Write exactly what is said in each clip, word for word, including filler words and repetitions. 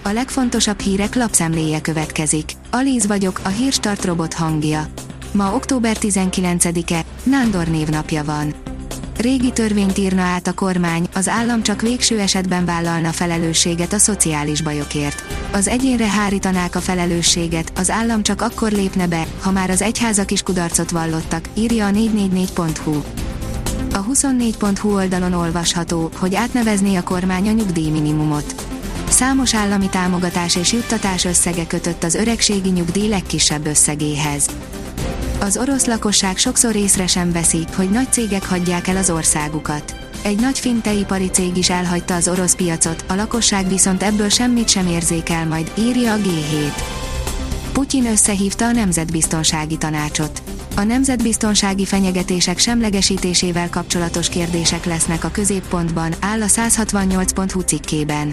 A legfontosabb hírek lapszemléje következik. Alíz vagyok, a Hírstart robot hangja. Ma október tizenkilencedike, Nándor névnapja van. Régi törvényt írna át a kormány, az állam csak végső esetben vállalna felelősséget a szociális bajokért. Az egyénre hárítanák a felelősséget, az állam csak akkor lépne be, ha már az egyházak is kudarcot vallottak, írja a négy négy négy pont hu. A huszonnégy pont hu oldalon olvasható, hogy átnevezné a kormány a nyugdíjminimumot. Számos állami támogatás és juttatás összege kötött az öregségi nyugdíj legkisebb összegéhez. Az orosz lakosság sokszor észre sem veszi, hogy nagy cégek hagyják el az országukat. Egy nagy finn tejipari cég is elhagyta az orosz piacot, a lakosság viszont ebből semmit sem érzékel majd, írja a gé hét. Putyin összehívta a Nemzetbiztonsági Tanácsot. A nemzetbiztonsági fenyegetések semlegesítésével kapcsolatos kérdések lesznek a középpontban, áll a száz hatvannyolc pont hu cikkében.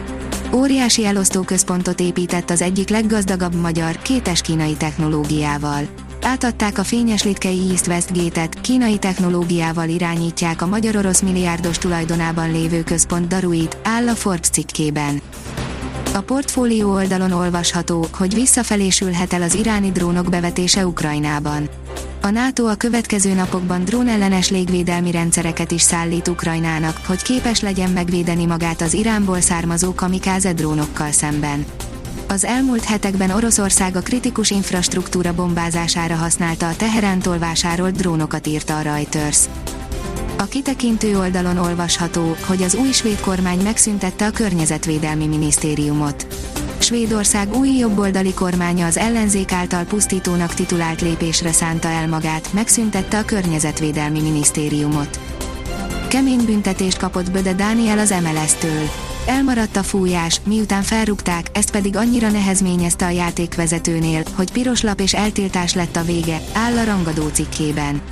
Óriási elosztóközpontot épített az egyik leggazdagabb magyar, kétes kínai technológiával. Átadták a fényes litkei East West Gate-et, kínai technológiával irányítják a magyar-orosz milliárdos tulajdonában lévő központ daruit, áll a Forbes cikkében. A portfólió oldalon olvasható, hogy visszafelé sülhet el az iráni drónok bevetése Ukrajnában. A NATO a következő napokban drónellenes légvédelmi rendszereket is szállít Ukrajnának, hogy képes legyen megvédeni magát az Iránból származó kamikáze drónokkal szemben. Az elmúlt hetekben Oroszország a kritikus infrastruktúra bombázására használta a Teherántól vásárolt drónokat, írta a Reuters. A kitekintő oldalon olvasható, hogy az új svéd kormány megszüntette a környezetvédelmi minisztériumot. Svédország új jobboldali kormánya az ellenzék által pusztítónak titulált lépésre szánta el magát, megszüntette a környezetvédelmi minisztériumot. Kemény büntetést kapott Böde Dániel az em el es-től. Elmaradt a fújás, miután felrúgták, ezt pedig annyira nehezményezte a játékvezetőnél, hogy piros lap és eltiltás lett a vége, áll a rangadó cikkében.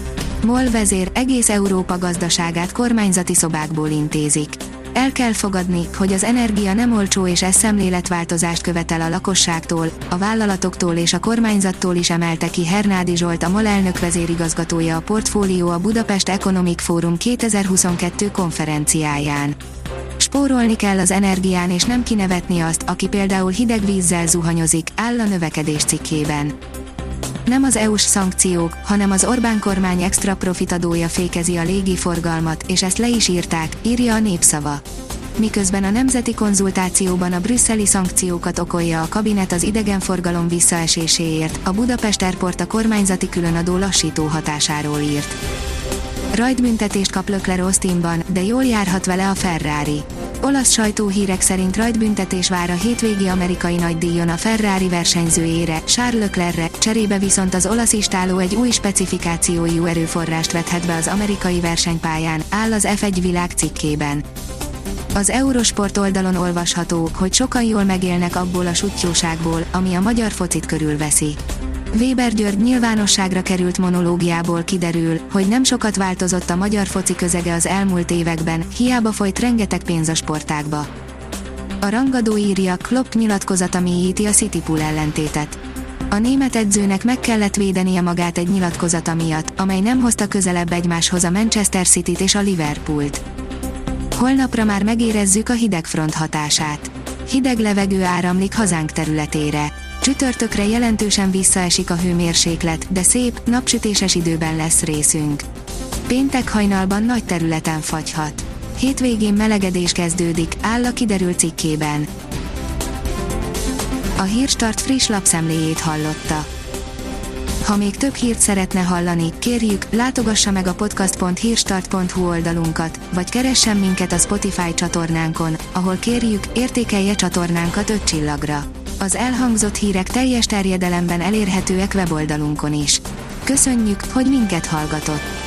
MOL vezér, egész Európa gazdaságát kormányzati szobákból intézik. El kell fogadni, hogy az energia nem olcsó, és ez szemléletváltozást követel a lakosságtól, a vállalatoktól és a kormányzattól is, emelte ki Hernádi Zsolt, a MOL elnök vezérigazgatója a Portfólió a Budapest Economic Forum kétezer-huszonkettő konferenciáján. Spórolni kell az energián, és nem kinevetni azt, aki például hideg vízzel zuhanyozik, áll a Növekedés cikkében. Nem az é u-s szankciók, hanem az Orbán kormány extra profitadója fékezi a légiforgalmat, és ezt le is írták, írja a Népszava. Miközben a nemzeti konzultációban a brüsszeli szankciókat okolja a kabinet az idegenforgalom visszaeséséért, a Budapest Airport a kormányzati különadó lassító hatásáról írt. Rajtbüntetést kap Leclerc Austinban, de jól járhat vele a Ferrari. Olasz sajtóhírek szerint rajtbüntetés vár a hétvégi amerikai nagydíjon a Ferrari versenyzőjére, Charles Leclercre, cserébe viszont az olasz istáló egy új specifikációjú erőforrást vethet be az amerikai versenypályán, áll az ef egy világ cikkében. Az Eurosport oldalon olvasható, hogy sokan jól megélnek abból a suttyóságból, ami a magyar focit körülveszi. Weber György nyilvánosságra került monológiából kiderül, hogy nem sokat változott a magyar foci közege az elmúlt években, hiába folyt rengeteg pénz a sportágba. A rangadó írja, Klopp nyilatkozata mélyíti a Citypool ellentétet. A német edzőnek meg kellett védenie magát egy nyilatkozata miatt, amely nem hozta közelebb egymáshoz a Manchester Cityt és a Liverpoolt. Holnapra már megérezzük a hidegfront hatását. Hideg levegő áramlik hazánk területére. Csütörtökre jelentősen visszaesik a hőmérséklet, de szép, napsütéses időben lesz részünk. Péntek hajnalban nagy területen fagyhat. Hétvégén melegedés kezdődik, áll a Kiderült cikkében. A Hírstart friss lapszemléjét hallotta. Ha még több hírt szeretne hallani, kérjük, látogassa meg a podcast pont hírstart pont hu oldalunkat, vagy keressen minket a Spotify csatornánkon, ahol kérjük, értékelje csatornánkat öt csillagra. Az elhangzott hírek teljes terjedelemben elérhetőek weboldalunkon is. Köszönjük, hogy minket hallgatott!